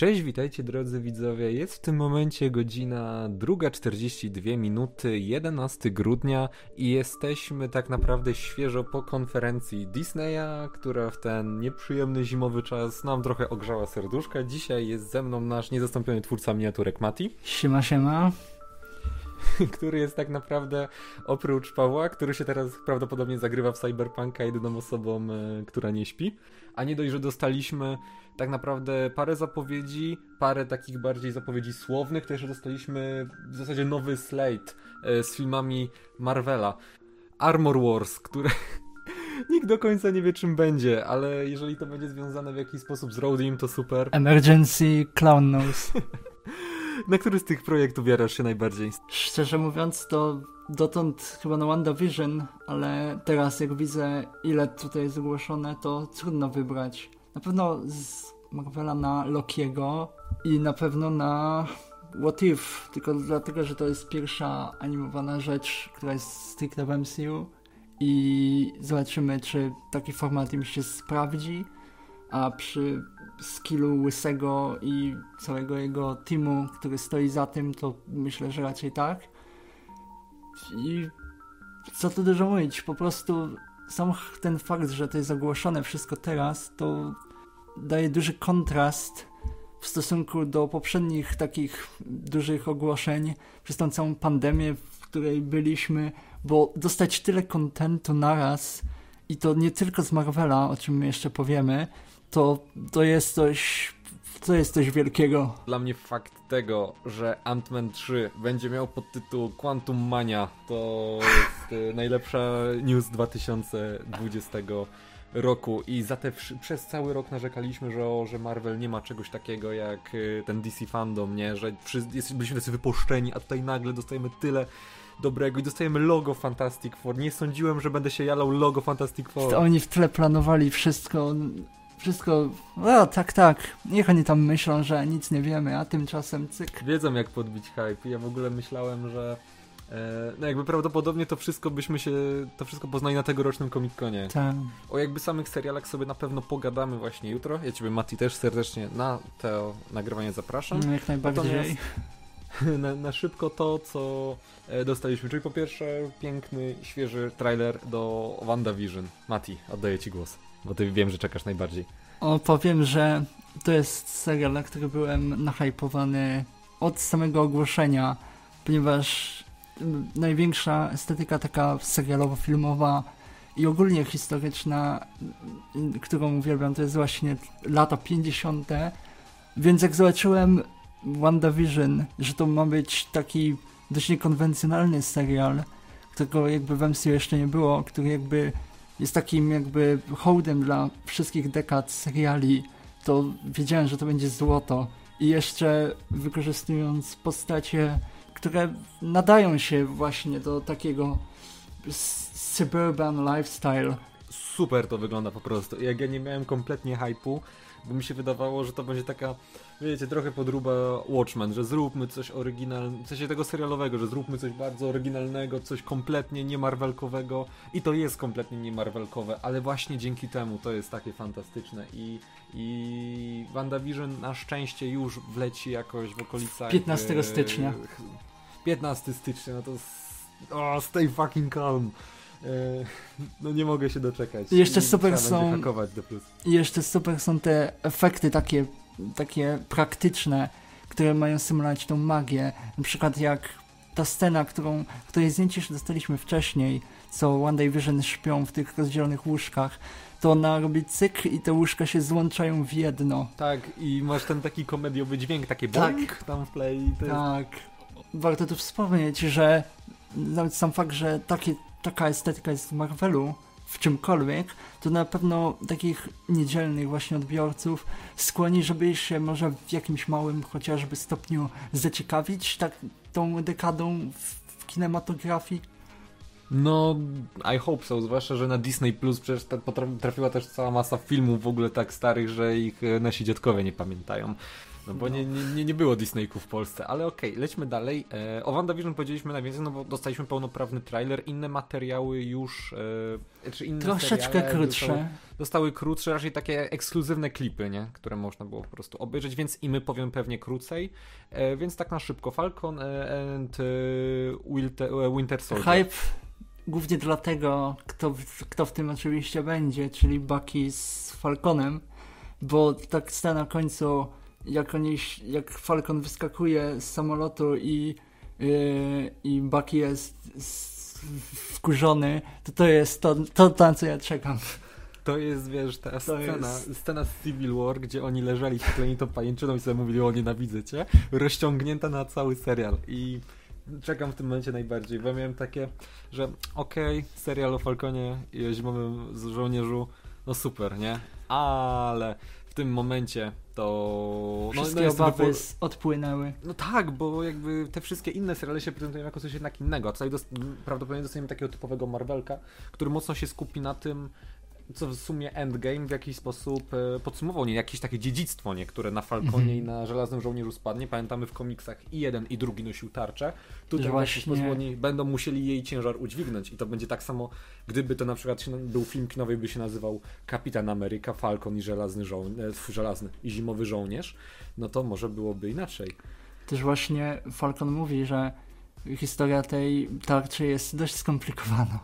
Cześć, witajcie drodzy widzowie. Jest w tym momencie godzina 2:42, 11 grudnia i jesteśmy tak naprawdę świeżo po konferencji Disneya, która w ten nieprzyjemny zimowy czas nam trochę ogrzała serduszka. Dzisiaj jest ze mną nasz niezastąpiony twórca miniaturek Mati. Siema, siema. Który jest tak naprawdę, oprócz Pawła, który się teraz prawdopodobnie zagrywa w Cyberpunka, jedyną osobą, która nie śpi. A nie dość, że dostaliśmy tak naprawdę parę zapowiedzi, parę takich bardziej zapowiedzi słownych, to jeszcze dostaliśmy w zasadzie nowy slate z filmami Marvela. Armor Wars, które nikt do końca nie wie czym będzie, ale jeżeli to będzie związane w jakiś sposób z Rhodiem, to super. Emergency Clown Nose. Na który z tych projektów jarasz się najbardziej? Szczerze mówiąc, to dotąd chyba na WandaVision, ale teraz jak widzę, ile tutaj jest zgłoszone, to trudno wybrać. Na pewno z Marvela na Lokiego i na pewno na What If, tylko dlatego, że to jest pierwsza animowana rzecz, która jest stricte w MCU i zobaczymy, czy taki format im się sprawdzi, a przy skillu Łysego i całego jego teamu, który stoi za tym, to myślę, że raczej tak. I co tu dużo mówić, po prostu sam ten fakt, że to jest ogłoszone wszystko teraz, to daje duży kontrast w stosunku do poprzednich takich dużych ogłoszeń przez tą całą pandemię, w której byliśmy, bo dostać tyle kontentu naraz i to nie tylko z Marvela, o czym my jeszcze powiemy, to jest coś wielkiego. Dla mnie fakt tego, że Ant-Man 3 będzie miał podtytuł Quantum Mania, to jest najlepsza news 2020 roku i przez cały rok narzekaliśmy, że Marvel nie ma czegoś takiego jak ten DC fandom, nie? Że byliśmy tacy wypuszczeni, a tutaj nagle dostajemy tyle dobrego i dostajemy logo Fantastic Four. Nie sądziłem, że będę się jalał logo Fantastic Four. To oni w tle planowali wszystko, no tak, niech oni tam myślą, że nic nie wiemy, a tymczasem cyk. Wiedzą jak podbić hype. Ja w ogóle myślałem, że no jakby prawdopodobnie to wszystko poznali na tegorocznym Comic-Conie. Tak. O jakby samych serialach sobie na pewno pogadamy właśnie jutro. Ja ciebie, Mati, też serdecznie na to nagrywanie zapraszam. No, jak najbardziej. Na szybko to, co dostaliśmy. Czyli po pierwsze piękny, świeży trailer do WandaVision. Mati, oddaję ci głos, bo ty wiem, że czekasz najbardziej. Powiem, że to jest serial, na który byłem nahypowany od samego ogłoszenia, ponieważ największa estetyka taka serialowo-filmowa i ogólnie historyczna, którą uwielbiam, to jest właśnie lata 50. Więc jak zobaczyłem WandaVision, że to ma być taki dość niekonwencjonalny serial, którego jakby w MCU jeszcze nie było, który jakby jest takim jakby hołdem dla wszystkich dekad seriali, to wiedziałem, że to będzie złoto. I jeszcze wykorzystując postacie, które nadają się właśnie do takiego suburban lifestyle. Super to wygląda po prostu. Jak ja nie miałem kompletnie hype'u, bo mi się wydawało, że to będzie taka, wiecie, trochę podróba Watchmen, że zróbmy coś oryginalnego, w sensie tego serialowego, że zróbmy coś bardzo oryginalnego, coś kompletnie niemarvelkowego i to jest kompletnie niemarvelkowe, ale właśnie dzięki temu to jest takie fantastyczne i WandaVision na szczęście już wleci jakoś w okolicach 15 stycznia. 15 stycznia, no to stay fucking calm. No nie mogę się doczekać. I jeszcze super są. I jeszcze super są te efekty takie praktyczne, które mają symulować tą magię. Na przykład jak ta scena, której zdjęcie już dostaliśmy wcześniej, co Wanda i Vision śpią w tych rozdzielonych łóżkach, to ona robi cyk i te łóżka się złączają w jedno. Tak, i masz ten taki komediowy dźwięk, takie boink tam w tle. Tak. Warto tu wspomnieć, że nawet sam fakt, że taka estetyka jest w Marvelu, w czymkolwiek, to na pewno takich niedzielnych właśnie odbiorców skłoni, żeby się może w jakimś małym chociażby stopniu zaciekawić tą dekadą w kinematografii. No, I hope so, zwłaszcza, że na Disney Plus przecież trafiła też cała masa filmów w ogóle tak starych, że ich nasi dziadkowie nie pamiętają. No bo nie było Disneyku w Polsce, ale okej, lećmy dalej. O WandaVision powiedzieliśmy najwięcej, no bo dostaliśmy pełnoprawny trailer, inne materiały już, czy inne troszeczkę krótsze. Dostały krótsze, raczej takie ekskluzywne klipy, nie? Które można było po prostu obejrzeć, więc i my powiem pewnie krócej. Więc tak na szybko, Falcon and Winter Soldier. Hype głównie dlatego, kto w tym oczywiście będzie, czyli Bucky z Falconem, bo tak scena na końcu, jak Falcon wyskakuje z samolotu i Bucky jest wkurzony, to jest to na co ja czekam. To jest, wiesz, ta scena z Civil War, gdzie oni leżeli przykleni tą pajęczyną i sobie mówili, o nienawidzę cię, rozciągnięta na cały serial i czekam w tym momencie najbardziej, bo miałem takie, że serial o Falconie i o Zimowym Żołnierzu, no super, nie? Ale w tym momencie to... Wszystkie obawy odpłynęły. No tak, bo jakby te wszystkie inne seriale się prezentują jako coś jednak innego, a tutaj prawdopodobnie dostaniemy takiego typowego Marvelka, który mocno się skupi na tym, co w sumie Endgame w jakiś sposób podsumował, nie? Jakieś takie dziedzictwo, nie? Które na Falconie i na Żelaznym Żołnierzu spadnie. Pamiętamy w komiksach i jeden i drugi nosił tarczę. Tutaj w jakiś sposób oni będą musieli jej ciężar udźwignąć i to będzie tak samo, gdyby to na przykład był film kinowy, by się nazywał Kapitan Ameryka, Falcon i Żelazny i Zimowy Żołnierz, no to może byłoby inaczej. Też właśnie Falcon mówi, że historia tej tarczy jest dość skomplikowana.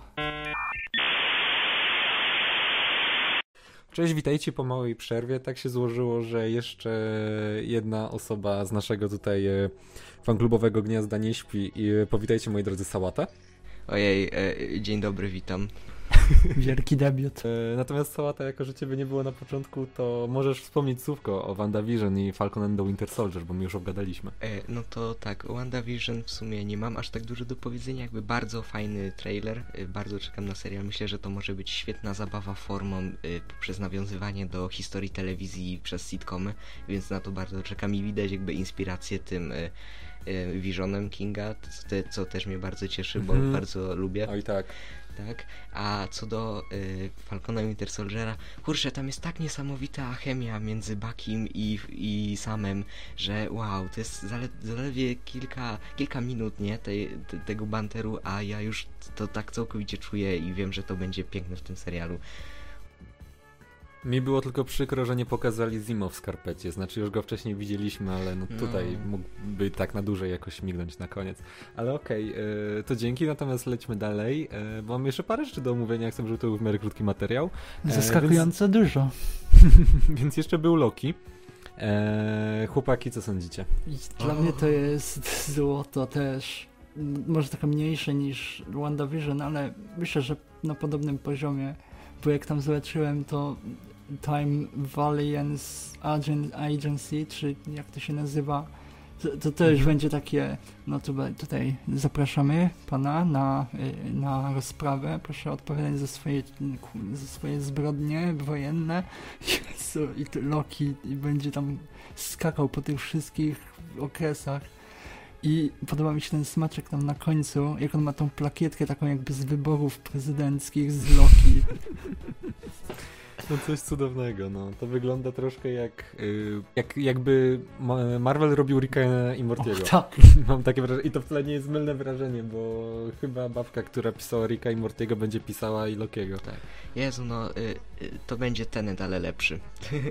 Cześć, witajcie po małej przerwie. Tak się złożyło, że jeszcze jedna osoba z naszego tutaj fanklubowego gniazda nie śpi. I powitajcie, moi drodzy, Sałatę. Ojej, dzień dobry, witam. Wielki debiut. Natomiast Sałata, jako że ciebie nie było na początku, to możesz wspomnieć słówko o WandaVision i Falcon and the Winter Soldier, bo my już obgadaliśmy. No to tak, o WandaVision w sumie nie mam aż tak dużo do powiedzenia, jakby bardzo fajny trailer, bardzo czekam na serial, myślę, że to może być świetna zabawa formą poprzez nawiązywanie do historii telewizji przez sitcomy, więc na to bardzo czekam i widać jakby inspirację tym Visionem Kinga, co też mnie bardzo cieszy, bo bardzo lubię. Oj tak. Tak, a co do Falcona i Winter Soldiera, kurczę, tam jest tak niesamowita chemia między Buckim i Samem, że wow, to jest zaledwie kilka minut, nie, tego banteru, a ja już to tak całkowicie czuję i wiem, że to będzie piękne w tym serialu. Mi było tylko przykro, że nie pokazali Zimo w skarpecie, znaczy już go wcześniej widzieliśmy, ale tutaj mógłby tak na dłużej jakoś mignąć na koniec. Ale okej, to dzięki, natomiast lećmy dalej, bo mam jeszcze parę rzeczy do omówienia, chcę, żeby to był w miarę krótki materiał. Zaskakująco dużo. Więc jeszcze był Loki. Chłopaki, co sądzicie? Dla mnie to jest złoto też. Może trochę mniejsze niż WandaVision, ale myślę, że na podobnym poziomie, bo jak tam zobaczyłem to Time Valiance Agency, czy jak to się nazywa, to już będzie takie, no to tutaj zapraszamy pana na rozprawę, proszę odpowiadać za swoje zbrodnie wojenne. Jezu, i to Loki i będzie tam skakał po tych wszystkich okresach. I podoba mi się ten smaczek tam na końcu, jak on ma tą plakietkę taką jakby z wyborów prezydenckich z Loki. No coś cudownego, no. To wygląda troszkę jakby Marvel robił Ricka i Mortiego. Tak. Mam takie wrażenie. I to wcale nie jest mylne wrażenie, bo chyba babka, która pisała Ricka i Mortiego, będzie pisała i Lokiego. Tak. Jezu, no to będzie Tenet, ale lepszy.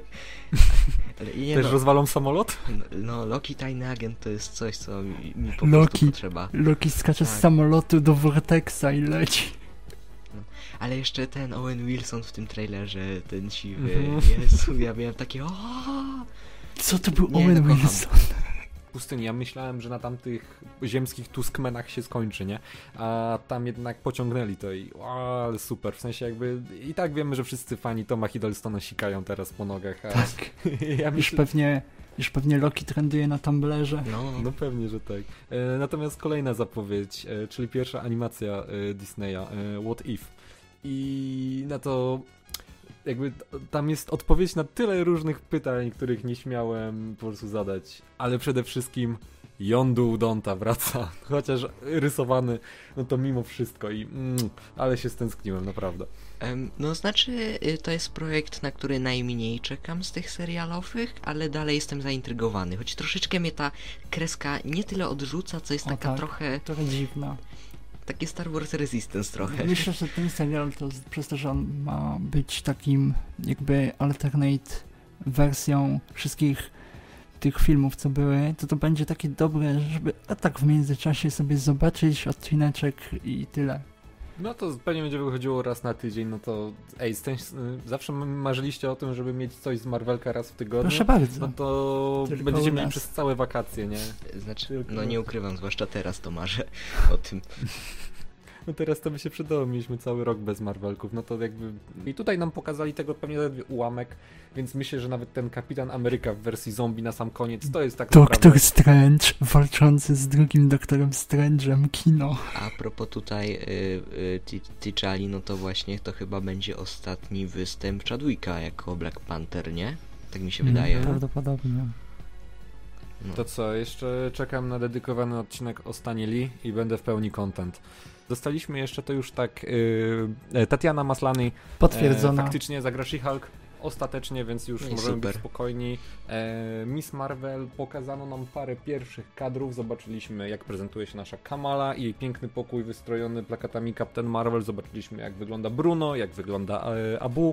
Też rozwalą samolot? No, Loki tajny agent to jest coś, co mi po prostu potrzeba. Loki skacze z samolotu do Vortexa i leci. Ale jeszcze ten Owen Wilson w tym trailerze, ten siwy, Jezu, ja miałem takie Co to był Owen Wilson? Pustyni, ja myślałem, że na tamtych ziemskich Tuskmenach się skończy, nie? A tam jednak pociągnęli to i ale super, w sensie jakby i tak wiemy, że wszyscy fani Toma Hiddlestona sikają teraz po nogach. A tak, ja już pewnie Loki trenduje na Tumblerze. No pewnie, że tak. Natomiast kolejna zapowiedź, czyli pierwsza animacja Disneya, What If? I na to jakby tam jest odpowiedź na tyle różnych pytań, których nie śmiałem po prostu zadać, ale przede wszystkim Yondu Udonta wraca, chociaż rysowany, no to mimo wszystko ale się stęskniłem, naprawdę. No znaczy, to jest projekt, na który najmniej czekam z tych serialowych, ale dalej jestem zaintrygowany, choć troszeczkę mnie ta kreska nie tyle odrzuca, co jest taka trochę dziwna. Taki Star Wars Resistance trochę. Myślę, że ten serial to przez to, że on ma być takim jakby alternate wersją wszystkich tych filmów, co były, to będzie takie dobre, żeby tak w międzyczasie sobie zobaczyć odcineczek i tyle. No to pewnie będzie wychodziło raz na tydzień, no to zawsze marzyliście o tym, żeby mieć coś z Marvelka raz w tygodniu. Proszę bardzo. No to tylko będziecie mieli przez całe wakacje, nie? Znaczy, no nie ukrywam, zwłaszcza teraz to marzę o tym. No teraz to by się przydało, mieliśmy cały rok bez Marvelków, no to jakby... I tutaj nam pokazali tego pewnie ułamek, więc myślę, że nawet ten Kapitan Ameryka w wersji zombie na sam koniec, to jest tak naprawdę... Doktor Strange walczący z drugim Doktorem Strange'em, kino. A propos tutaj T'Challi, no to właśnie to chyba będzie ostatni występ Chadwicka jako Black Panther, nie? Tak mi się wydaje. Prawdopodobnie. No. To co, jeszcze czekam na dedykowany odcinek o Stanie Lee i będę w pełni content. Dostaliśmy jeszcze to już tak Tatiana Maslany potwierdzona. Faktycznie zagra She-Hulk ostatecznie, więc już możemy być spokojni. Miss Marvel, pokazano nam parę pierwszych kadrów, zobaczyliśmy jak prezentuje się nasza Kamala i jej piękny pokój wystrojony plakatami Captain Marvel, zobaczyliśmy jak wygląda Bruno, jak wygląda Abu.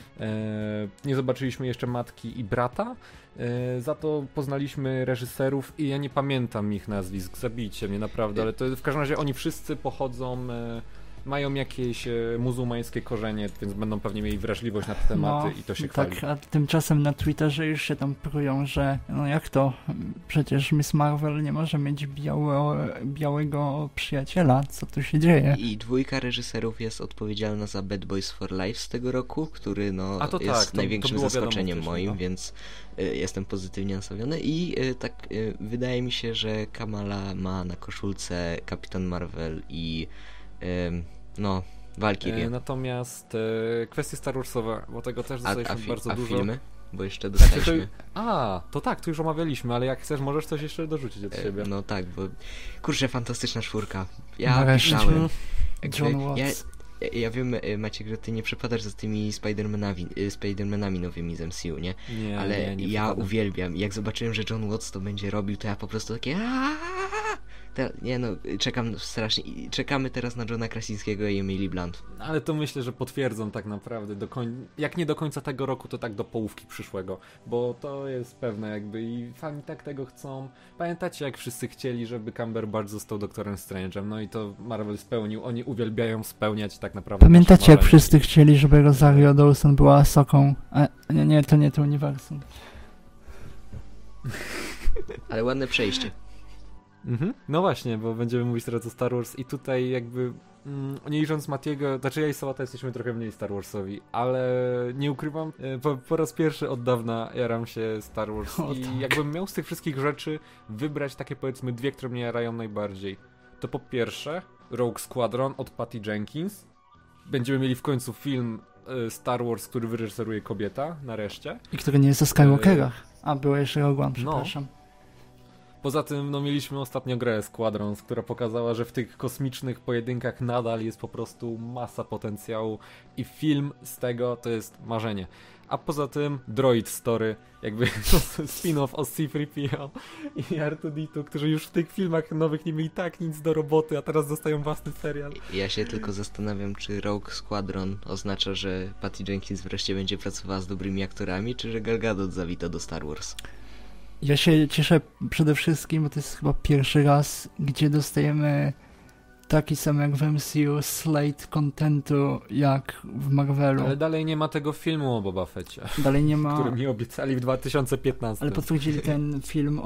Nie zobaczyliśmy jeszcze matki i brata, za to poznaliśmy reżyserów i ja nie pamiętam ich nazwisk, zabijcie mnie naprawdę, ale to w każdym razie oni wszyscy pochodzą, mają jakieś muzułmańskie korzenie, więc będą pewnie mieli wrażliwość na te tematy i to się chwali. Tak, a tymczasem na Twitterze już się tam prują, że no jak to, przecież Miss Marvel nie może mieć białego przyjaciela, co tu się dzieje? I dwójka reżyserów jest odpowiedzialna za Bad Boys for Life z tego roku, który jest największym zaskoczeniem moim, więc jestem pozytywnie nastawiony i tak wydaje mi się, że Kamala ma na koszulce Kapitan Marvel i Valkyrie. Natomiast kwestie Star Warsowe, bo tego też dostaliśmy bardzo dużo. A filmy? Bo jeszcze dostaliśmy... to już omawialiśmy, ale jak chcesz, możesz coś jeszcze dorzucić od siebie. No tak, bo kurczę, fantastyczna czwórka. Ja pisałem. John Watts. Ja wiem, Maciek, że ty nie przepadasz za tymi Spider-Manami nowymi z MCU, nie? Ale nie ja uwielbiam. Jak zobaczyłem, że John Watts to będzie robił, to ja po prostu takie... czekam strasznie. Czekamy teraz na Johna Krasinskiego i Emily Blunt. Ale to myślę, że potwierdzą tak naprawdę. Jak nie do końca tego roku, to tak do połówki przyszłego. Bo to jest pewne jakby i fani tak tego chcą. Pamiętacie, jak wszyscy chcieli, żeby Cumberbatch został Doktorem Strange'em? No i to Marvel spełnił. Oni uwielbiają spełniać tak naprawdę. Pamiętacie, jak wszyscy chcieli, żeby Rosario Dawson była Asoką? Nie, to nie to uniwersum. Ale ładne przejście. No właśnie, bo będziemy mówić teraz o Star Wars i tutaj jakby nie licząc Matiego, znaczy ja i Sałata jesteśmy trochę mniej Star Warsowi, ale nie ukrywam, po raz pierwszy od dawna jaram się Star Wars i jakbym miał z tych wszystkich rzeczy wybrać takie powiedzmy dwie, które mnie jarają najbardziej, to po pierwsze Rogue Squadron od Patty Jenkins. Będziemy mieli w końcu film Star Wars, który wyreżyseruje kobieta, nareszcie. I który nie jest o Skywalkerach. Była jeszcze Rogue One, przepraszam. Poza tym mieliśmy ostatnio grę Squadrons, która pokazała, że w tych kosmicznych pojedynkach nadal jest po prostu masa potencjału i film z tego to jest marzenie. A poza tym Droid Story, jakby spin-off o C-3PO i R2-D2, którzy już w tych filmach nowych nie mieli tak nic do roboty, a teraz dostają własny serial. Ja się tylko zastanawiam, czy Rogue Squadron oznacza, że Patty Jenkins wreszcie będzie pracowała z dobrymi aktorami, czy że Gal Gadot zawita do Star Wars. Ja się cieszę przede wszystkim, bo to jest chyba pierwszy raz, gdzie dostajemy taki sam jak w MCU slate contentu jak w Marvelu. Ale dalej nie ma tego filmu o Boba Fetcie. Dalej nie ma. Który mi obiecali w 2015. Ale potwierdzili ten film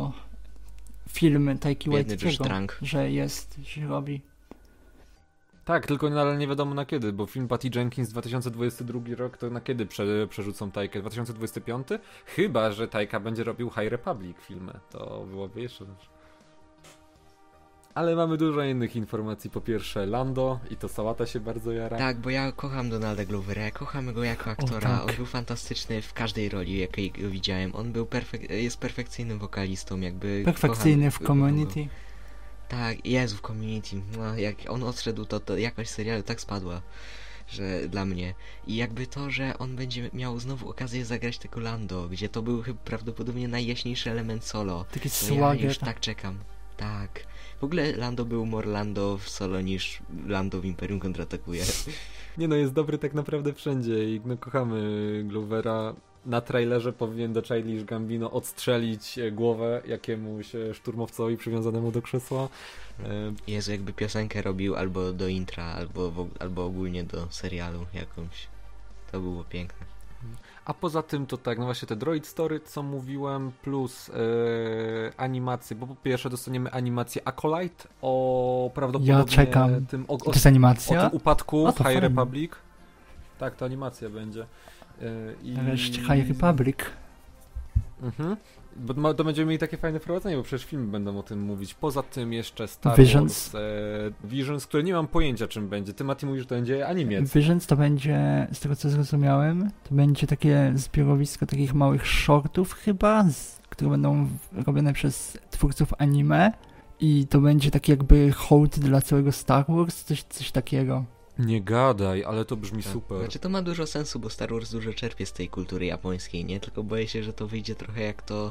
Taiki Waititiego, że się robi. Tak, tylko nadal nie wiadomo na kiedy, bo film Patty Jenkins 2022 rok, to na kiedy przerzucą Tajkę? 2025? Chyba że Tajka będzie robił High Republic filmy. To byłoby jeszcze lepsze. Ale mamy dużo innych informacji. Po pierwsze Lando i to Sałata się bardzo jara. Tak, bo ja kocham Donalda Glovera, ja kocham go jako aktora. tak. On był fantastyczny w każdej roli, jakiej go widziałem. On był jest perfekcyjnym wokalistą, jakby... Perfekcyjny w kocham go. Community. Tak, jest w Community. No, jak on odszedł, to jakość serialu tak spadła, że dla mnie. I jakby to, że on będzie miał znowu okazję zagrać tego Lando, gdzie to był chyba prawdopodobnie najjaśniejszy element solo. Taki To ja swagger. już tak czekam. Tak. W ogóle Lando był more Lando w solo niż Lando w Imperium Kontratakuje. Nie no, jest dobry tak naprawdę wszędzie i no kochamy Glovera. Na trailerze powinien do Childish Gambino odstrzelić głowę jakiemuś szturmowcowi przywiązanemu do krzesła. Jezu, jakby piosenkę robił albo do intra, albo ogólnie do serialu jakąś. To było piękne. A poza tym to tak, no właśnie te Droid Story, co mówiłem, plus animacje, bo po pierwsze dostaniemy animację Acolyte o prawdopodobnie Ja czekam. tym To jest animacja? o tym upadku O, w to High fajnie. Republic. Tak, to animacja będzie. Nareszcie High Republic. Mhm. Bo to będziemy mieli takie fajne wprowadzenie, bo przecież filmy będą o tym mówić. Poza tym jeszcze Star Visions. Wars Visions, które nie mam pojęcia czym będzie. Ty, Mati, mówisz, że to będzie anime. Visions to będzie, z tego co zrozumiałem, to będzie takie zbiorowisko takich małych shortów chyba, które będą robione przez twórców anime i to będzie taki jakby hołd dla całego Star Wars, coś takiego. Nie gadaj, ale to brzmi super. Znaczy to ma dużo sensu, bo Star Wars dużo czerpie z tej kultury japońskiej, nie? Tylko boję się, że to wyjdzie trochę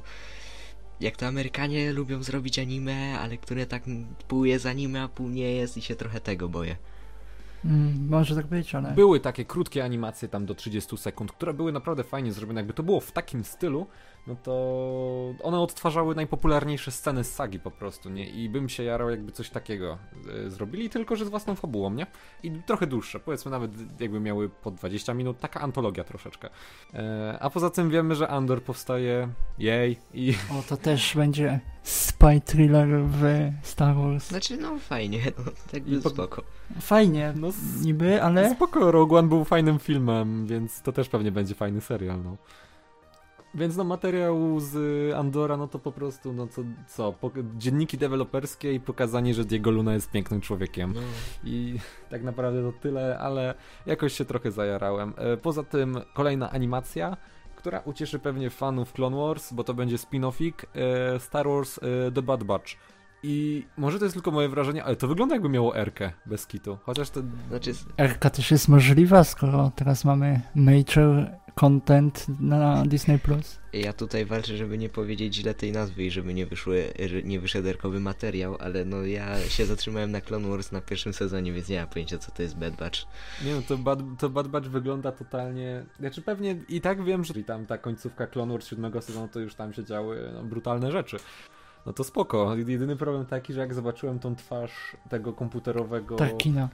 jak to Amerykanie lubią zrobić anime, ale które tak pół jest anime, a pół nie jest i się trochę tego boję. Może tak być, ale... Były takie krótkie animacje tam do 30 sekund, które były naprawdę fajnie zrobione. Jakby to było w takim stylu, no to one odtwarzały najpopularniejsze sceny z sagi po prostu, nie? I bym się jarał, jakby coś takiego zrobili, tylko że z własną fabułą, nie? I trochę dłuższe, powiedzmy nawet jakby miały po 20 minut, taka antologia troszeczkę. A poza tym wiemy, że Andor powstaje, jej, i... O, to też będzie spy thriller w Star Wars. Znaczy no fajnie, no tak by spoko. Fajnie, No, niby, ale... Spoko, Rogue One był fajnym filmem, więc to też pewnie będzie fajny serial, no. Więc no materiał z Andora, no to po prostu, no dzienniki deweloperskie i pokazanie, że Diego Luna jest pięknym człowiekiem. No. I tak naprawdę to tyle, ale jakoś się trochę zajarałem. Poza tym kolejna animacja, która ucieszy pewnie fanów Clone Wars, bo to będzie spin-offik Star Wars The Bad Batch. I może to jest tylko moje wrażenie, ale to wygląda jakby miało R-kę bez kitu. Chociaż to... Znaczy... R-ka też jest możliwa, skoro teraz mamy major content na Disney+. Ja tutaj walczę, żeby nie powiedzieć źle tej nazwy i żeby nie wyszedł erkowy materiał, ale no ja się zatrzymałem na Clone Wars na pierwszym sezonie, więc nie mam pojęcia, co to jest Bad Batch. Nie no, to Bad Batch wygląda totalnie... Znaczy pewnie i tak wiem, że tam ta końcówka Clone Wars 7 sezonu, to już tam się działy brutalne rzeczy. No to spoko. Jedyny problem taki, że jak zobaczyłem tą twarz tego komputerowego... Tarkina.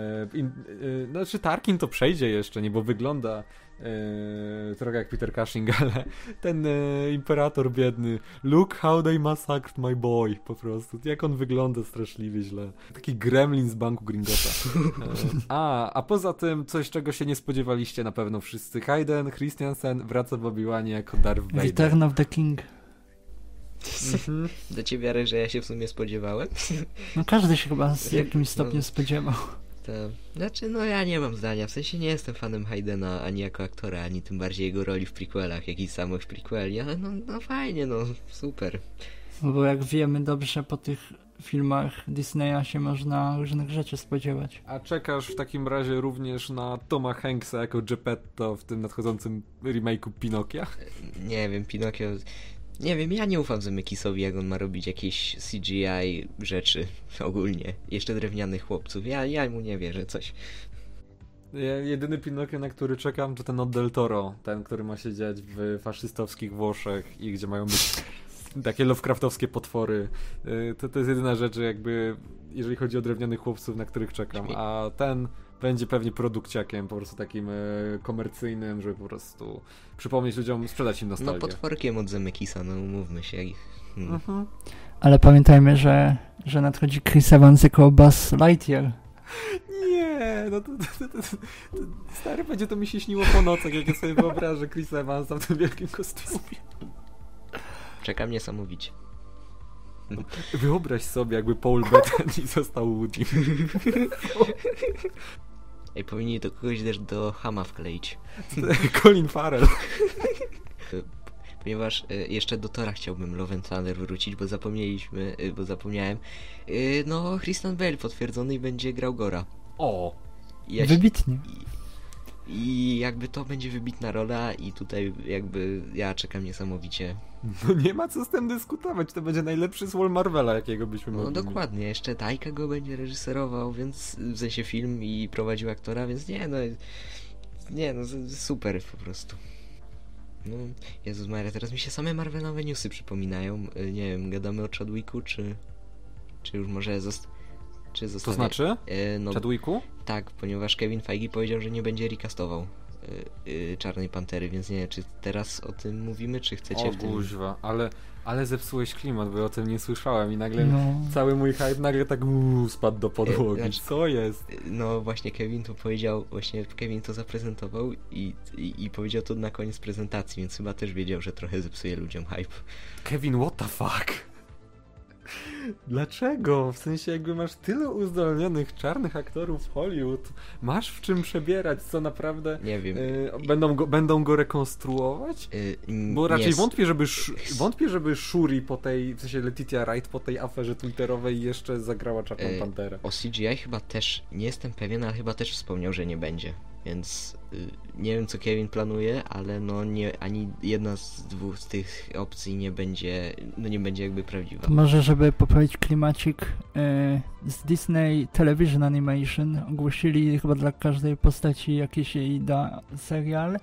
Znaczy Tarkin to przejdzie jeszcze, nie? Bo wygląda trochę jak Peter Cushing, ale ten imperator biedny. Look how they massacred my boy. Po prostu. Jak on wygląda straszliwie źle. Taki gremlin z banku Gringota. A poza tym coś, czego się nie spodziewaliście na pewno wszyscy. Hayden Christensen wraca w Obi-Wanie jako Darth Vader. Return of the King. Do ciebie wiarę, że ja się w sumie spodziewałem. No każdy się chyba w jakimś stopniu spodziewał. To, znaczy, no ja nie mam zdania, w sensie nie jestem fanem Haydena ani jako aktora, ani tym bardziej jego roli w prequelach, jak i samych prequeli, ale no fajnie, no super. Bo jak wiemy dobrze, po tych filmach Disneya się można różnych rzeczy spodziewać. A czekasz w takim razie również na Toma Hanksa jako Geppetto w tym nadchodzącym remake'u Pinokia? Nie wiem, Pinokio... Nie wiem, ja nie ufam Zemekisowi, jak on ma robić jakieś CGI rzeczy ogólnie. Jeszcze drewnianych chłopców. Ja mu nie wierzę, coś. Jedyny Pinokio, na który czekam, to ten od Del Toro. Ten, który ma się dziać w faszystowskich Włoszech i gdzie mają być takie Lovecraftowskie potwory. To jest jedyna rzecz, jakby, jeżeli chodzi o drewnianych chłopców, na których czekam. A ten będzie pewnie produkciakiem, po prostu takim komercyjnym, żeby po prostu przypomnieć ludziom, sprzedać im nostalgię. No potworkiem od Zemekisa, no umówmy się. Ale pamiętajmy, że nadchodzi Chris Evans jako Buzz Lightyear. Nie, no to stary, będzie to mi się śniło po nocach, jak ja sobie wyobrażę Chris Evansa w tym wielkim kostiumie. Czekam niesamowicie. Wyobraź sobie, jakby Paul Bettany został Woody. Ej, powinni to kogoś też do Hama wkleić. Colin Farrell. Ponieważ jeszcze do Tora chciałbym Love and Thunder wrócić, bo zapomniałem. No, Christian Bale potwierdzony i będzie grał Gora. O! Wybitnie. I jakby to będzie wybitna rola i tutaj jakby ja czekam niesamowicie. No nie ma co z tym dyskutować, to będzie najlepszy słol Marvela, jakiego byśmy mogli. No dokładnie, jeszcze Taika go będzie reżyserował, więc w sensie film i prowadził aktora, więc super po prostu. No, Jezus Maria, teraz mi się same Marvelowe newsy przypominają. Nie wiem, gadamy o Chadwicku, czy już może czy zostawię? To znaczy? No, Chadwicku? Tak, ponieważ Kevin Feige powiedział, że nie będzie recastował Czarnej Pantery, więc nie wiem, czy teraz o tym mówimy, czy chcecie w tym... Kuźwa, ale zepsułeś klimat, bo ja o tym nie słyszałem i nagle cały mój hype nagle tak spadł do podłogi. Znaczy, co jest? No właśnie Kevin to powiedział, Kevin to zaprezentował i powiedział to na koniec prezentacji, więc chyba też wiedział, że trochę zepsuje ludziom hype. Kevin, what the fuck? Dlaczego? W sensie jakby masz tyle uzdolnionych czarnych aktorów w Hollywood, masz w czym przebierać, co naprawdę... Nie wiem. Będą go rekonstruować? Bo raczej wątpię, żeby Shuri po tej, w sensie Letitia Wright po tej aferze twitterowej jeszcze zagrała Czarną Panterę. O CGI chyba też, nie jestem pewien, ale chyba też wspomniał, że nie będzie. Więc nie wiem, co Kevin planuje, ale no nie, ani jedna z dwóch z tych opcji nie będzie jakby prawdziwa. Może, żeby poprawić klimacik, z Disney Television Animation ogłosili chyba dla każdej postaci jakiś jej serial.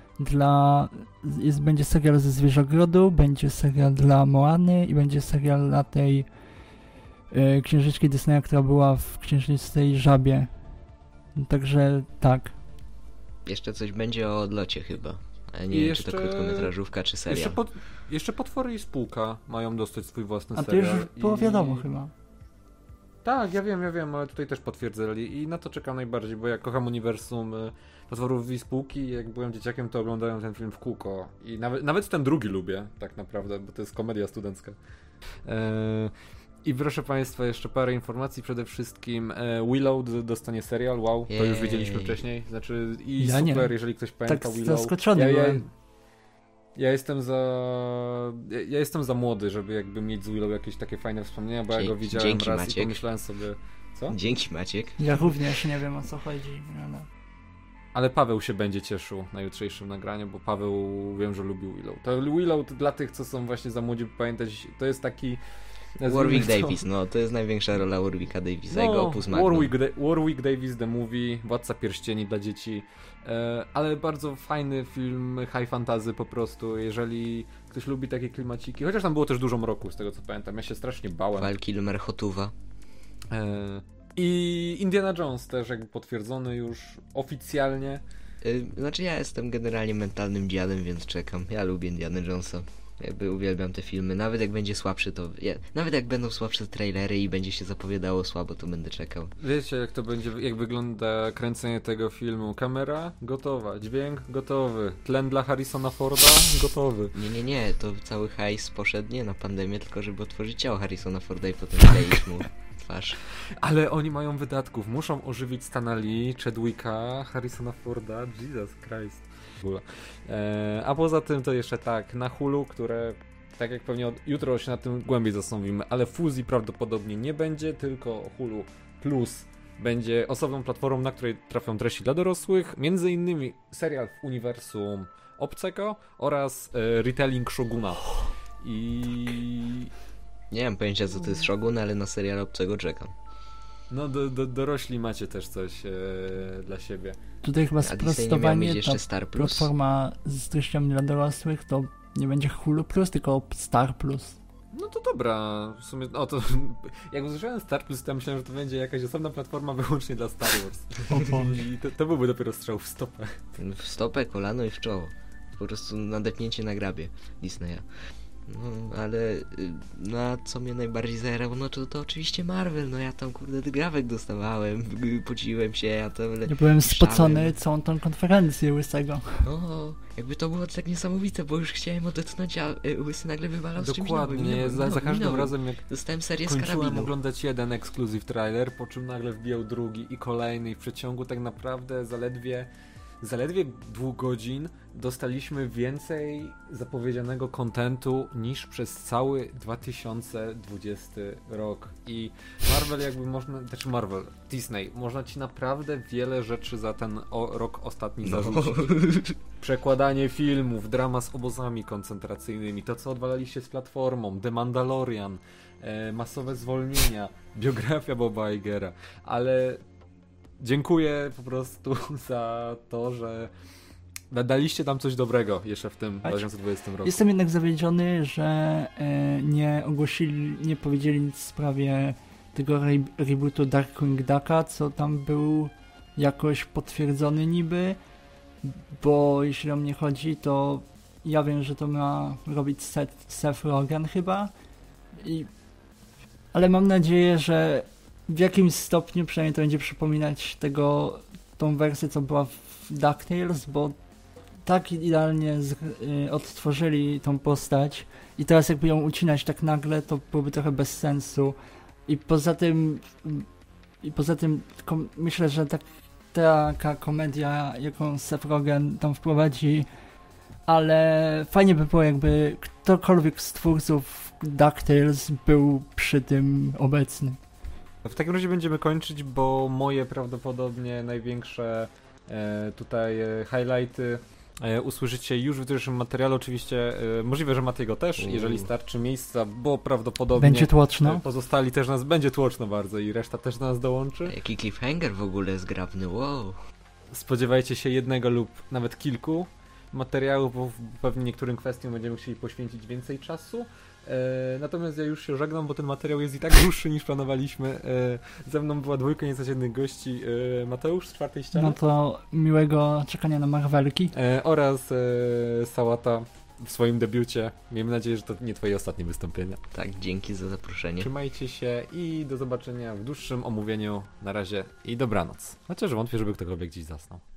Będzie serial ze Zwierzogrodu, będzie serial dla Moany i będzie serial dla tej księżyczki Disneya, która była w Księżniczej Żabie. Także tak. Jeszcze coś będzie o odlocie chyba. Ale nie wiem, czy to krótkometrażówka, czy serial. Jeszcze Potwory i Spółka mają dostać swój własny serial. serial. A to już było wiadomo chyba. Tak, ja wiem, ale tutaj też potwierdzili i na to czekam najbardziej, bo ja kocham uniwersum Potworów i Spółki. Jak byłem dzieciakiem, to oglądałem ten film w kółko i nawet ten drugi lubię tak naprawdę, bo to jest komedia studencka. I proszę Państwa, jeszcze parę informacji. Przede wszystkim Willow dostanie serial. Wow, to już wiedzieliśmy wcześniej. Znaczy ja super, nie. jeżeli ktoś pamięta tak Willow. Zaskoczony byłem. Ja jestem za młody, żeby jakby mieć z Willow jakieś takie fajne wspomnienia, bo ja go widziałem raz Maciek. I pomyślałem sobie... Co? Dzięki, Maciek. Ja również nie wiem, o co chodzi. Ale Paweł się będzie cieszył na jutrzejszym nagraniu, bo Paweł wiem, że lubił Willow. To Willow to dla tych, co są właśnie za młodzi, pamiętać, to jest taki... Warwick Davis, no to jest największa rola Warwicka Davisa, jego opus magnum. Warwick Davis, The Movie, Władca Pierścieni dla dzieci, ale bardzo fajny film, high fantasy po prostu, jeżeli ktoś lubi takie klimaciki, chociaż tam było też dużo mroku, z tego co pamiętam, ja się strasznie bałem. Val Kilmer, Hotuwa. I Indiana Jones też jakby potwierdzony już oficjalnie. Znaczy ja jestem generalnie mentalnym dziadem, więc czekam, ja lubię Indiana Jonesa. Jakby uwielbiam te filmy, nawet jak będzie słabszy, to nawet jak będą słabsze trailery i będzie się zapowiadało słabo, to będę czekał. Wiecie, jak to będzie, jak wygląda kręcenie tego filmu? Kamera gotowa, dźwięk gotowy, tlen dla Harrisona Forda gotowy. Nie, to cały hajs poszedł nie na pandemię, tylko żeby otworzyć ciało Harrisona Forda i potem kleić mu twarz. Ale oni mają wydatków, muszą ożywić Stana Lee, Chadwicka, Harrisona Forda, Jesus Christ. A poza tym to jeszcze tak, na Hulu, które tak jak pewnie jutro się nad tym głębiej zastanowimy, ale fuzji prawdopodobnie nie będzie, tylko Hulu Plus będzie osobną platformą, na której trafią treści dla dorosłych, między innymi serial w uniwersum Obcego oraz retelling Shoguna. I... Nie mam pojęcia, co to jest Shogun, ale na serial Obcego czekam. No dorośli macie też coś dla siebie. Tutaj chyba sprostowanie, ta platforma z treściami dla dorosłych to nie będzie Hulu Plus, tylko Star Plus. No to dobra, w sumie, to jak usłyszałem Star Plus, to ja myślałem, że to będzie jakaś osobna platforma wyłącznie dla Star Wars. I to byłby dopiero strzał w stopę. W stopę, kolano i w czoło. Po prostu nadepnięcie na grabie Disneya. No, ale a co mnie najbardziej zajarało, no to oczywiście Marvel, no ja tam kurde grawek dostawałem, pociłem się, ja tam Ja byłem piszałem. spocony całą tą konferencję Łysego. No, jakby to było tak niesamowite, bo już chciałem odetchnąć, a Łysy nagle wywalał z czymś nowym. Dokładnie, za każdym razem jak dostałem serię z kończyłem karabinu. oglądać jeden ekskluzyw trailer, po czym nagle wbijał drugi i kolejny i w przeciągu tak naprawdę zaledwie 2 godzin dostaliśmy więcej zapowiedzianego kontentu niż przez cały 2020 rok. I Disney, można ci naprawdę wiele rzeczy za ten rok ostatni zarzucić. Przekładanie filmów, drama z obozami koncentracyjnymi, to co odwalaliście z platformą, The Mandalorian, masowe zwolnienia, biografia Boba Igera, ale dziękuję po prostu za to, że daliście tam coś dobrego jeszcze w tym 2020 roku. Jestem jednak zawiedziony, że nie powiedzieli nic w sprawie tego rebootu Darkwing Ducka, co tam był jakoś potwierdzony niby, bo jeśli o mnie chodzi, to ja wiem, że to ma robić Seth Rogen chyba, ale mam nadzieję, że w jakimś stopniu przynajmniej to będzie przypominać tą wersję, co była w DuckTales, bo tak idealnie odtworzyli tą postać i teraz jakby ją ucinać tak nagle, to byłoby trochę bez sensu. I poza tym myślę, że taka komedia, jaką Seth Rogen tam wprowadzi, ale fajnie by było, jakby ktokolwiek z twórców DuckTales był przy tym obecny. W takim razie będziemy kończyć, bo moje prawdopodobnie największe tutaj highlighty usłyszycie już w jutrzejszym materiale. Oczywiście możliwe, że Matiego też, jeżeli starczy miejsca, bo prawdopodobnie będzie tłoczno. Pozostali też będzie tłoczno bardzo i reszta też do nas dołączy. Jaki cliffhanger w ogóle zgrabny, wow. Spodziewajcie się jednego lub nawet kilku materiałów, bo pewnie niektórym kwestiom będziemy chcieli poświęcić więcej czasu. Natomiast ja już się żegnam, bo ten materiał jest i tak dłuższy niż planowaliśmy. Ze mną była dwójka niecodziennych gości, Mateusz z czwartej ściany. No to miłego czekania na Marvelki. Oraz Sałata w swoim debiucie. Miejmy nadzieję, że to nie twoje ostatnie wystąpienia. Tak, dzięki za zaproszenie. Trzymajcie się i do zobaczenia w dłuższym omówieniu. Na razie i dobranoc. Chociaż wątpię, żeby ktokolwiek dziś zasnął.